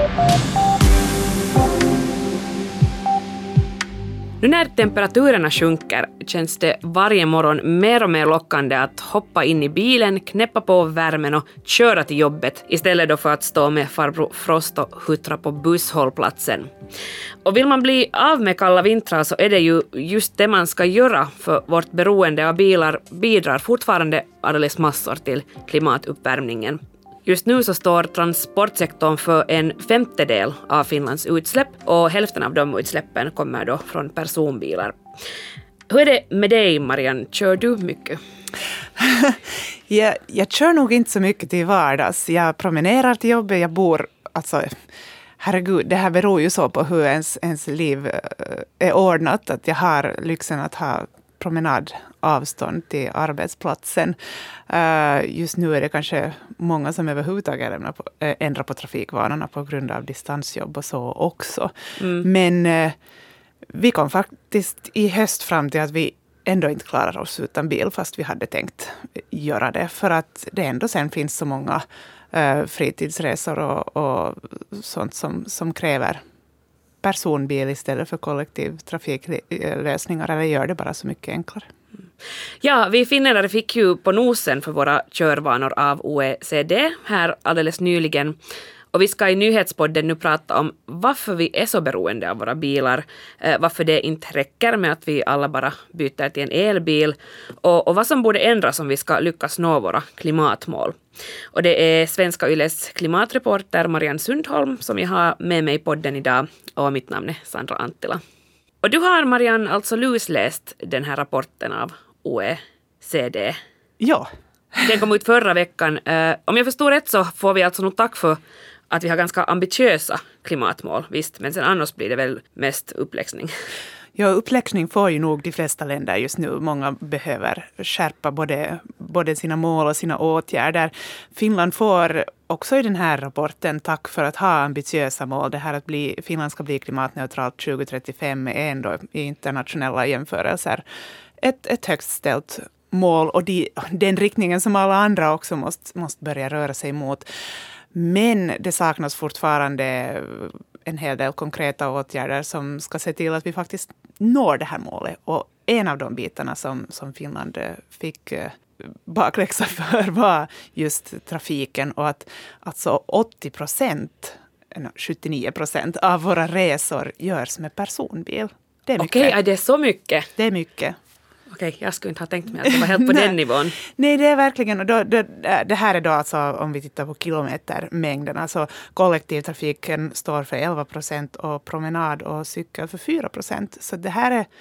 Nu när temperaturerna sjunker känns det varje morgon mer och mer lockande att hoppa in i bilen, knäppa på värmen och köra till jobbet istället då för att stå med farbror Frost och huttra på busshållplatsen. Och vill man bli av med kalla vintrar så är det ju just det man ska göra, för vårt beroende av bilar bidrar fortfarande alldeles massor till klimatuppvärmningen. Just nu så står transportsektorn för 1/5 av Finlands utsläpp och hälften av de utsläppen kommer då från personbilar. Hur är det med dig, Marianne? Kör du mycket? Jag kör nog inte så mycket till vardags. Jag promenerar till jobbet, jag bor, alltså herregud, det här beror ju så på hur ens liv är ordnat, att jag har lyxen att ha promenadavstånd till arbetsplatsen. Just nu är det kanske många som överhuvudtaget ändrar på trafikvanorna på grund av distansjobb och så också. Men vi kom faktiskt i höst fram till att vi ändå inte klarar oss utan bil, fast vi hade tänkt göra det. För att det ändå sen finns så många fritidsresor och sånt som kräver personbil istället för kollektivtrafiklösningar, eller gör det bara så mycket enklare. Ja, vi finländare fick ju på nosen för våra körvanor av OECD här alldeles nyligen. Och vi ska i nyhetspodden nu prata om varför vi är så beroende av våra bilar, varför det inte räcker med att vi alla bara byter till en elbil och vad som borde ändras om vi ska lyckas nå våra klimatmål. Och det är Svenska Yles klimatreporter Marianne Sundholm som jag har med mig i podden idag, och mitt namn är Sandra Anttila. Och du har, Marianne, alltså lusläst den här rapporten av OECD. Ja. Den kom ut förra veckan. Om jag förstår rätt så får vi alltså nog tack för att vi har ganska ambitiösa klimatmål, visst, men sen annars blir det väl mest uppläxning. Ja, uppläxning får ju nog de flesta länder just nu. Många behöver skärpa både sina mål och sina åtgärder. Finland får också i den här rapporten tack för att ha ambitiösa mål. Det här att Finland ska bli klimatneutralt 2035 är ändå i internationella jämförelser ett högst ställt mål, och den riktningen som alla andra också måste börja röra sig mot. Men det saknas fortfarande en hel del konkreta åtgärder som ska se till att vi faktiskt når det här målet. Och en av de bitarna som Finland fick bakläxa för var just trafiken, och att alltså 79% av våra resor görs med personbil. Det är mycket. Okej, det är så mycket? Det är mycket. Okej, jag skulle inte ha tänkt mig att det var helt på den nivån. Nej, det är verkligen. Och det här är då alltså, om vi tittar på kilometermängden. Alltså kollektivtrafiken står för 11% och promenad och cykel för 4%. Så det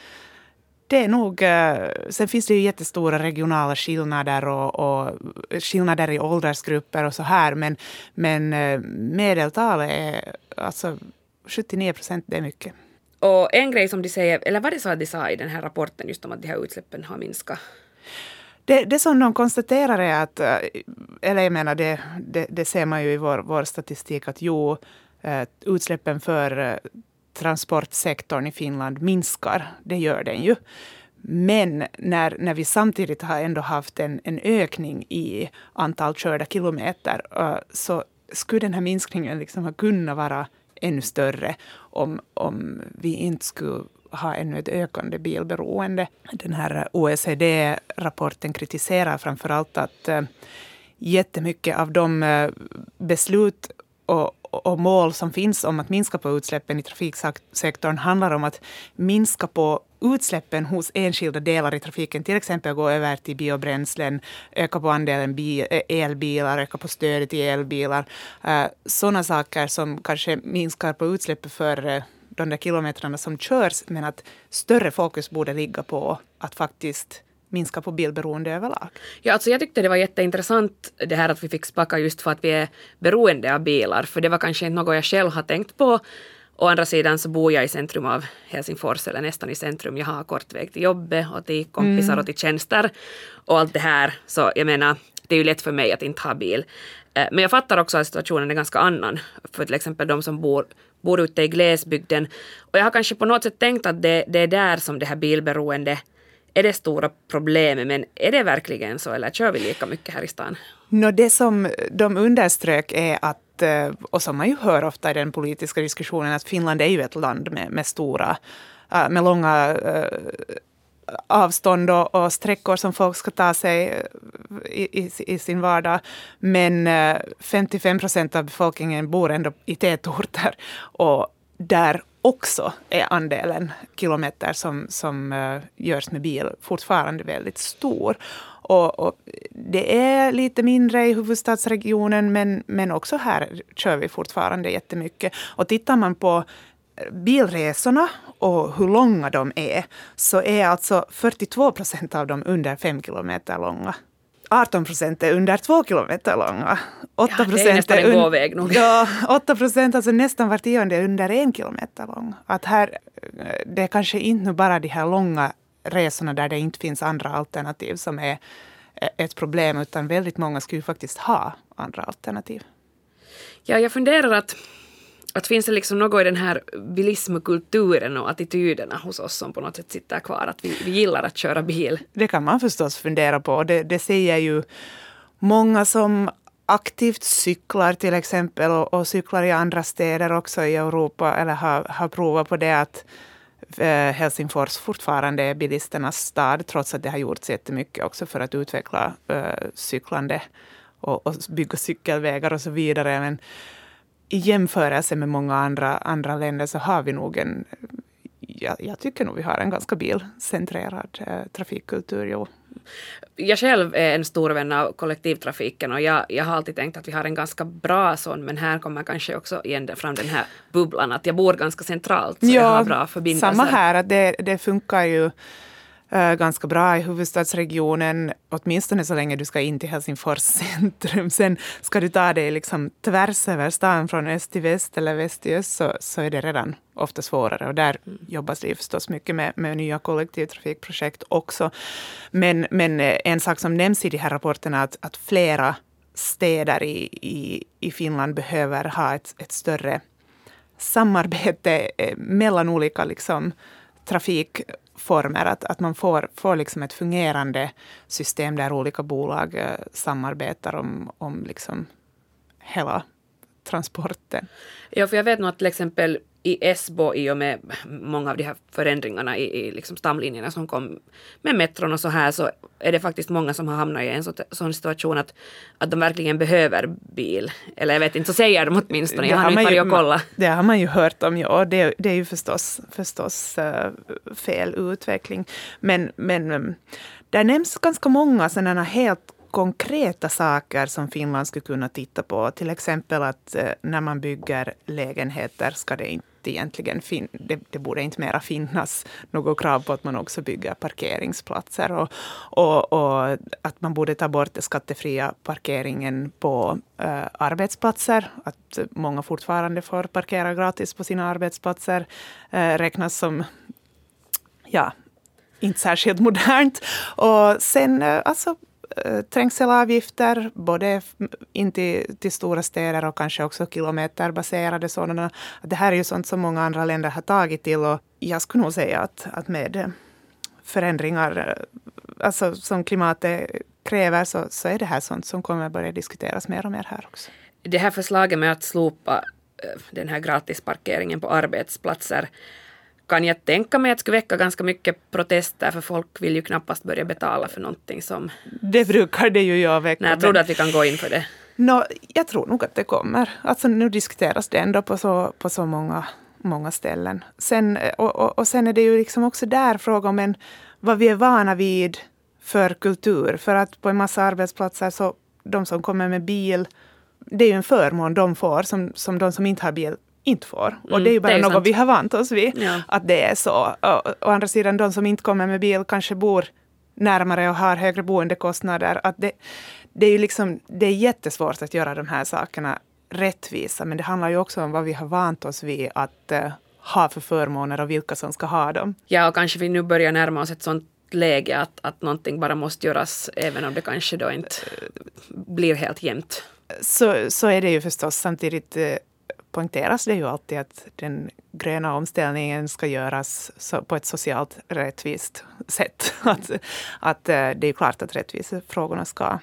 är nog... Sen finns det ju jättestora regionala skillnader och skillnader i åldersgrupper och så här. Men medeltalet är alltså 79%, det är mycket. Och en grej som de säger, eller vad det sa de sa i den här rapporten just om att de här utsläppen har minskat? Det som de konstaterar är att, eller jag menar det ser man ju i vår statistik, att utsläppen för transportsektorn i Finland minskar. Det gör den ju. Men när vi samtidigt har ändå haft en ökning i antal körda kilometer, så skulle den här minskningen liksom ha kunnat vara ännu större om vi inte skulle ha ännu ett ökande bilberoende. Den här OECD-rapporten kritiserar framförallt att jättemycket av de beslut och mål som finns om att minska på utsläppen i trafiksektorn handlar om att minska på utsläppen hos enskilda delar i trafiken. Till exempel gå över till biobränslen, öka på andelen elbilar, öka på stödet till elbilar. Sådana saker som kanske minskar på utsläppen för de där kilometrarna som körs, men att större fokus borde ligga på att faktiskt minska på bilberoende överlag. Ja, alltså jag tyckte det var jätteintressant det här att vi fick spaka just för att vi är beroende av bilar. För det var kanske inte något jag själv har tänkt på. Å andra sidan så bor jag i centrum av Helsingfors, eller nästan i centrum. Jag har kort väg till jobbet och till kompisar och till tjänster och allt det här. Så jag menar, det är ju lätt för mig att inte ha bil. Men jag fattar också att situationen är ganska annan. För till exempel de som bor ute i glesbygden. Och jag har kanske på något sätt tänkt att det är där som det här bilberoende är det stora problemet, men är det verkligen så eller kör vi lika mycket här i stan? Det som de underströk är att, och som man ju hör ofta i den politiska diskussionen, att Finland är ju ett land med långa avstånd och sträckor som folk ska ta sig i sin vardag. Men 55% av befolkningen bor ändå i tätorter, och där också är andelen kilometer som görs med bil fortfarande väldigt stor. Och det är lite mindre i huvudstadsregionen, men också här kör vi fortfarande jättemycket. Och tittar man på bilresorna och hur långa de är, så är alltså 42% av dem under 5 kilometer långa. 18% är under 2 kilometer långa. 8% det är nästan en gåväg nog. Ja, 8%, alltså nästan var tionde, är under 1 kilometer lång. Att här, det är kanske inte bara de här långa resorna där det inte finns andra alternativ som är ett problem, utan väldigt många skulle faktiskt ha andra alternativ. Ja, jag funderar att finns det liksom något i den här bilismkulturen och attityderna hos oss som på något sätt sitter kvar, att vi gillar att köra bil? Det kan man förstås fundera på. Det säger ju många som aktivt cyklar till exempel, och cyklar i andra städer också i Europa, eller har provat på det, att Helsingfors fortfarande är bilisternas stad, trots att det har gjorts jättemycket också för att utveckla cyklande och bygga cykelvägar och så vidare. Men i jämförelse med många andra länder så har vi nog jag tycker nog vi har en ganska bilcentrerad trafikkultur. Jo. Jag själv är en stor vän av kollektivtrafiken, och jag har alltid tänkt att vi har en ganska bra sån, men här kommer kanske också igen fram den här bubblan att jag bor ganska centralt, så jag har bra förbindelser. Samma här, att det funkar ju ganska bra i huvudstadsregionen, åtminstone så länge du ska in till Helsingfors centrum. Sen ska du ta dig liksom tvärs över stan från öst till väst eller väst till öst, så är det redan ofta svårare. Och där jobbas det förstås mycket med nya kollektivtrafikprojekt också. Men en sak som nämns i de här rapporterna är att flera städer i Finland behöver ha ett större samarbete mellan olika liksom trafikformer, att man får liksom ett fungerande system där olika bolag samarbetar om liksom hela transporten. Ja, för jag vet nog att till exempel i Esbo, i och med många av de här förändringarna i liksom stamlinjerna som kom med metron och så här, så är det faktiskt många som har hamnat i en sån situation att de verkligen behöver bil. Eller jag vet inte, så säger de åtminstone. Jag har inte varit och kolla. Det har man ju hört om, ja. Det är ju förstås fel utveckling. Men där nämns ganska många sådana helt konkreta saker som Finland skulle kunna titta på. Till exempel att när man bygger lägenheter ska det inte egentligen det borde inte mera finnas något krav på att man också bygger parkeringsplatser, och att man borde ta bort den skattefria parkeringen på arbetsplatser. Att många fortfarande får parkera gratis på sina arbetsplatser räknas som inte särskilt modernt. Och sen trängselavgifter, både in till stora städer och kanske också kilometerbaserade sådana. Det här är ju sånt som många andra länder har tagit till, och jag skulle nog säga att med förändringar alltså som klimatet kräver, så är det här sånt som kommer börja diskuteras mer och mer här också. Det här förslaget med att slopa den här gratisparkeringen på arbetsplatser kan jag tänka mig att skulle väcka ganska mycket protester, för folk vill ju knappast börja betala för någonting som... Det brukar det ju jag väcka. Nej, jag tror att vi kan gå in för det. Jag tror nog att det kommer. Alltså nu diskuteras det ändå på så många ställen. Sen är det ju liksom också där fråga om vad vi är vana vid för kultur. För att på en massa arbetsplatser så de som kommer med bil, det är ju en förmån de får som de som inte har bil inte får. Och det är ju bara något vi har vant oss vid, att det är så. Å andra sidan, de som inte kommer med bil kanske bor närmare och har högre boendekostnader. Att det är ju liksom, det är jättesvårt att göra de här sakerna rättvisa, men det handlar ju också om vad vi har vant oss vid att ha för förmåner och vilka som ska ha dem. Ja, och kanske vi nu börjar närma oss ett sånt läge att någonting bara måste göras, även om det kanske då inte blir helt jämnt. Så är det ju förstås. Samtidigt poängteras det ju alltid att den gröna omställningen ska göras på ett socialt rättvist sätt. Att det är klart att rättvisefrågorna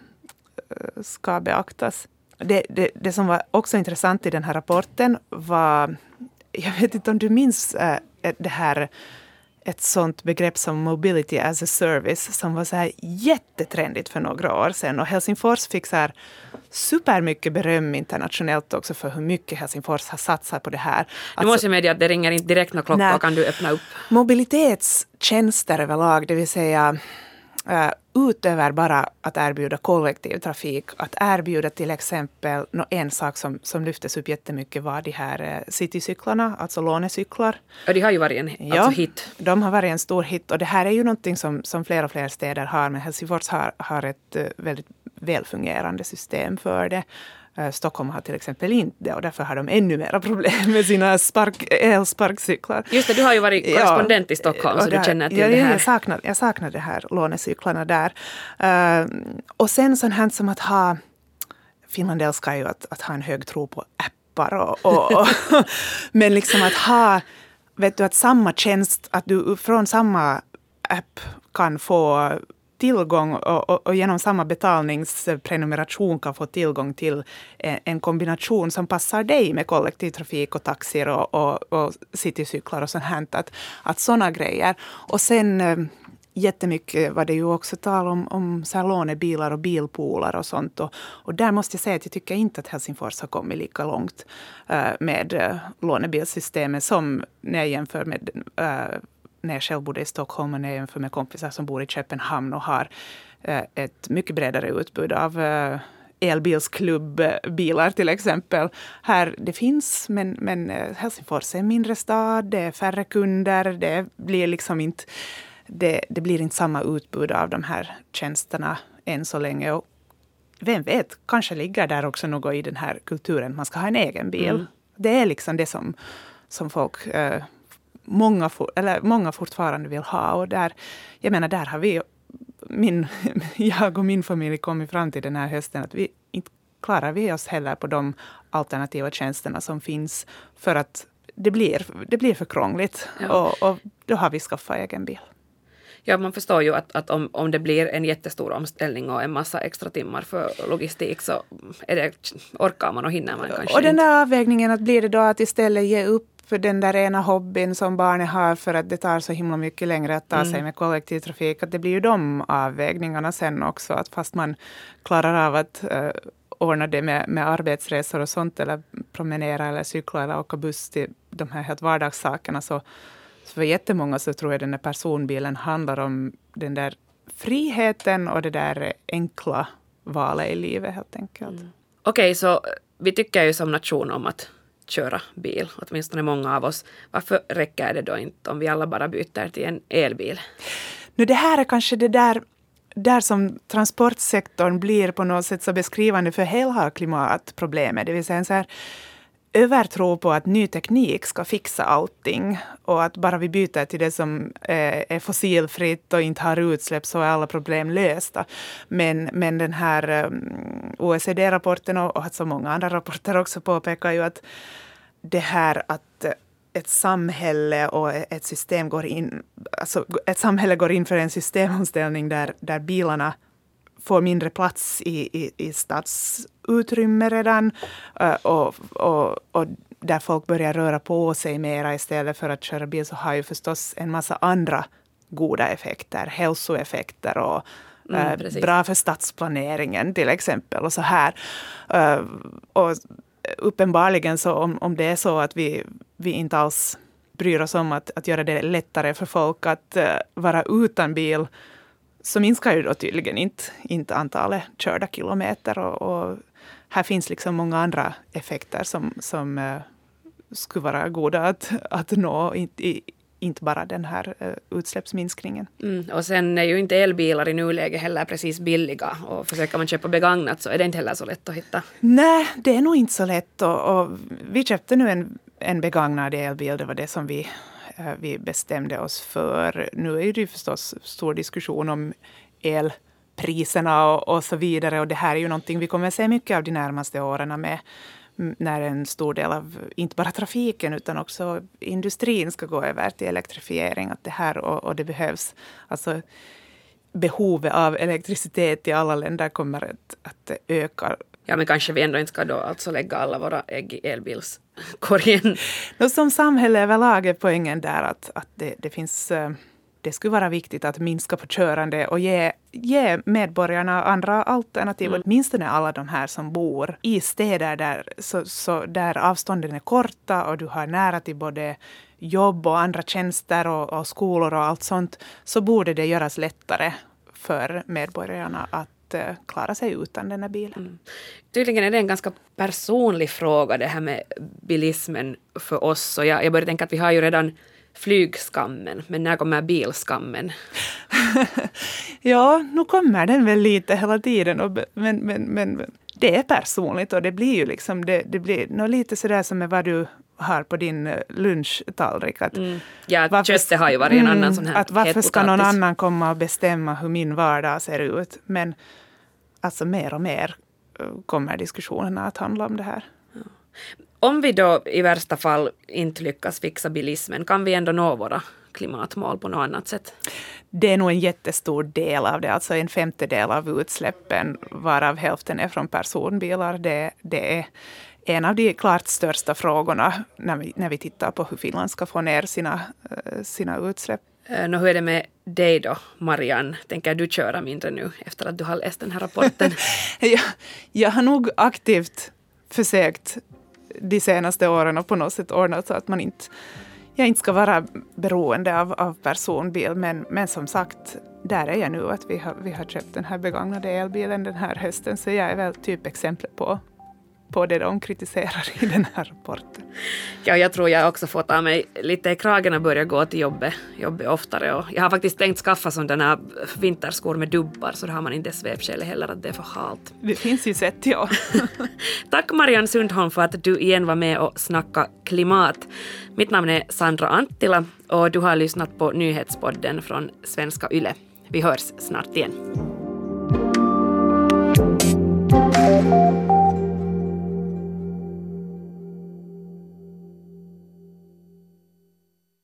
ska beaktas. Det som var också intressant i den här rapporten var, jag vet inte om du minns det här, ett sånt begrepp som mobility as a service som var så här jättetrendigt för några år sedan. Och Helsingfors fick så här supermycket beröm internationellt också för hur mycket Helsingfors har satsat på det här. Nu måste jag medge att det ringer inte direkt några klockor. Kan du öppna upp? Mobilitetstjänster överlag, det vill säga utöver bara att erbjuda kollektivtrafik, att erbjuda till exempel en sak som lyftes upp jättemycket var de här citycyklarna, alltså lånecyklar. Ja, de har ju varit en hit. De har varit en stor hit och det här är ju någonting som fler och fler städer har, men Helsingfors har ett väldigt välfungerande system för det. Stockholm har till exempel inte det och därför har de ännu mera problem med sina elsparkcyklar. Just det, du har ju varit korrespondent i Stockholm så du känner till det här. Jag saknar det här lånecyklarna där. Och sen sånt här som att ha, Finland älskar ju att ha en hög tro på appar men liksom att ha, vet du, att samma tjänst, att du från samma app kan få tillgång och genom samma betalningsprenumeration kan få tillgång till en kombination som passar dig med kollektivtrafik och taxir och citycyklar och sånt här. Att sådana grejer. Och sen jättemycket var det ju också tal om så här lånebilar och bilpooler och sånt. Och där måste jag säga att jag tycker inte att Helsingfors har kommit lika långt med lånebilssystemet som när jag jämför med när jag själv bodde i Stockholm och när jag jämför med kompisar som bor i Köpenhamn och har ett mycket bredare utbud av elbilsklubbbilar till exempel. Här det finns, men Helsingfors är en mindre stad, det är färre kunder, det blir liksom inte, det blir inte samma utbud av de här tjänsterna än så länge. Och vem vet, kanske ligger där också något i den här kulturen, man ska ha en egen bil. Mm. Det är liksom det som folk många fortfarande vill ha. Och där har jag och min familj kommit fram till den här hösten att vi inte klarar vi oss heller på de alternativa tjänsterna som finns för att det blir för krångligt. Ja. Och då har vi skaffat egen bil. Ja, man förstår ju att om det blir en jättestor omställning och en massa extra timmar för logistik så orkar man och hinner man kanske. Och den där avvägningen, att blir det då att istället ge upp för den där ena hobbyn som barnet har för att det tar så himla mycket längre att ta sig med kollektivtrafik. Att det blir ju de avvägningarna sen också. Att fast man klarar av att ordna det med arbetsresor och sånt eller promenera eller cykla eller åka buss till de här helt vardagssakerna så för jättemånga så tror jag den där personbilen handlar om den där friheten och det där enkla valet i livet helt enkelt. Okej, så vi tycker ju som nation om att köra bil, åtminstone många av oss. Varför räcker det då inte om vi alla bara byter till en elbil? Nu det här är kanske det där som transportsektorn blir på något sätt så beskrivande för hela klimatproblemet. Det vill säga en så här övertro på att ny teknik ska fixa allting och att bara vi byter till det som är fossilfritt och inte har utsläpp så är alla problem lösta. Men den här OECD-rapporten och att så många andra rapporter också påpekar ju att det här att ett samhälle och ett system går in, alltså ett samhälle går in för en systemomställning där bilarna får mindre plats i stadsutrymme redan och där folk börjar röra på sig mera istället för att köra bil så har ju förstås en massa andra goda effekter, hälsoeffekter och bra för stadsplaneringen till exempel och så här. Och uppenbarligen så om det är så att vi inte alls bryr oss om att göra det lättare för folk att vara utan bil så minskar ju då tydligen inte antalet körda kilometer och här finns liksom många andra effekter som skulle vara goda att nå, inte bara den här utsläppsminskningen. Och sen är ju inte elbilar i nuläget heller precis billiga och försöker man köpa begagnat så är det inte heller så lätt att hitta. Nej, det är nog inte så lätt och vi köpte nu en begagnad elbil, det var det som vi bestämde oss för. Nu är det ju förstås stor diskussion om elpriserna och så vidare och det här är ju någonting vi kommer att se mycket av de närmaste åren när en stor del av, inte bara trafiken utan också industrin ska gå över till elektrifiering. Att det här och det behövs, alltså behovet av elektricitet i alla länder kommer att öka. Ja, men kanske vi ändå inte ska då alltså lägga alla våra ägg i elbilskorgen. Som samhälle överlag är poängen där att det finns, det skulle vara viktigt att minska på körande och ge medborgarna andra alternativ. Åtminstone alla de här som bor i städer där avstånden är korta och du har nära till både jobb och andra tjänster och skolor och allt sånt, så borde det göras lättare för medborgarna att klara sig utan den här bilen. Tydligen är det en ganska personlig fråga det här med bilismen för oss. Och jag börjar tänka att vi har ju redan flygskammen, men när kommer bilskammen? Ja, nu kommer den väl lite hela tiden. Men det är personligt och det blir ju liksom, det blir nog lite sådär som med vad du har på din lunchtallrik. Ja, köttet har ju varit en annan sån här att varför ska någon annan komma och bestämma hur min vardag ser ut? Men alltså mer och mer kommer diskussionerna att handla om det här. Ja. Om vi då i värsta fall inte lyckas fixa bilismen, kan vi ändå nå våra klimatmål på något annat sätt? Det är nog en jättestor del av det, alltså 1/5 av utsläppen, varav hälften är från personbilar. Det är en av de klart största frågorna när vi tittar på hur Finland ska få ner sina utsläpp. Hur är det med dig då, Marianne? Tänker du köra mindre nu efter att du har läst den här rapporten? Jag har nog aktivt försökt de senaste åren och på något sätt ordnat så att jag inte ska vara beroende av personbil. Men som sagt, där är jag nu att vi har köpt den här begagnade elbilen den här hösten. Så jag är väl typ exempel på det de kritiserar i den här rapporten. Ja, jag tror jag också får ta mig lite i kragen och börja gå till jobbet oftare. Och jag har faktiskt tänkt skaffa sådana vinterskor med dubbar, så då har man inte svepskälet heller att det är för halt. Det finns ju sätt, ja. Tack Marianne Sundholm för att du igen var med och snacka klimat. Mitt namn är Sandra Anttila och du har lyssnat på nyhetspodden från Svenska Yle. Vi hörs snart igen.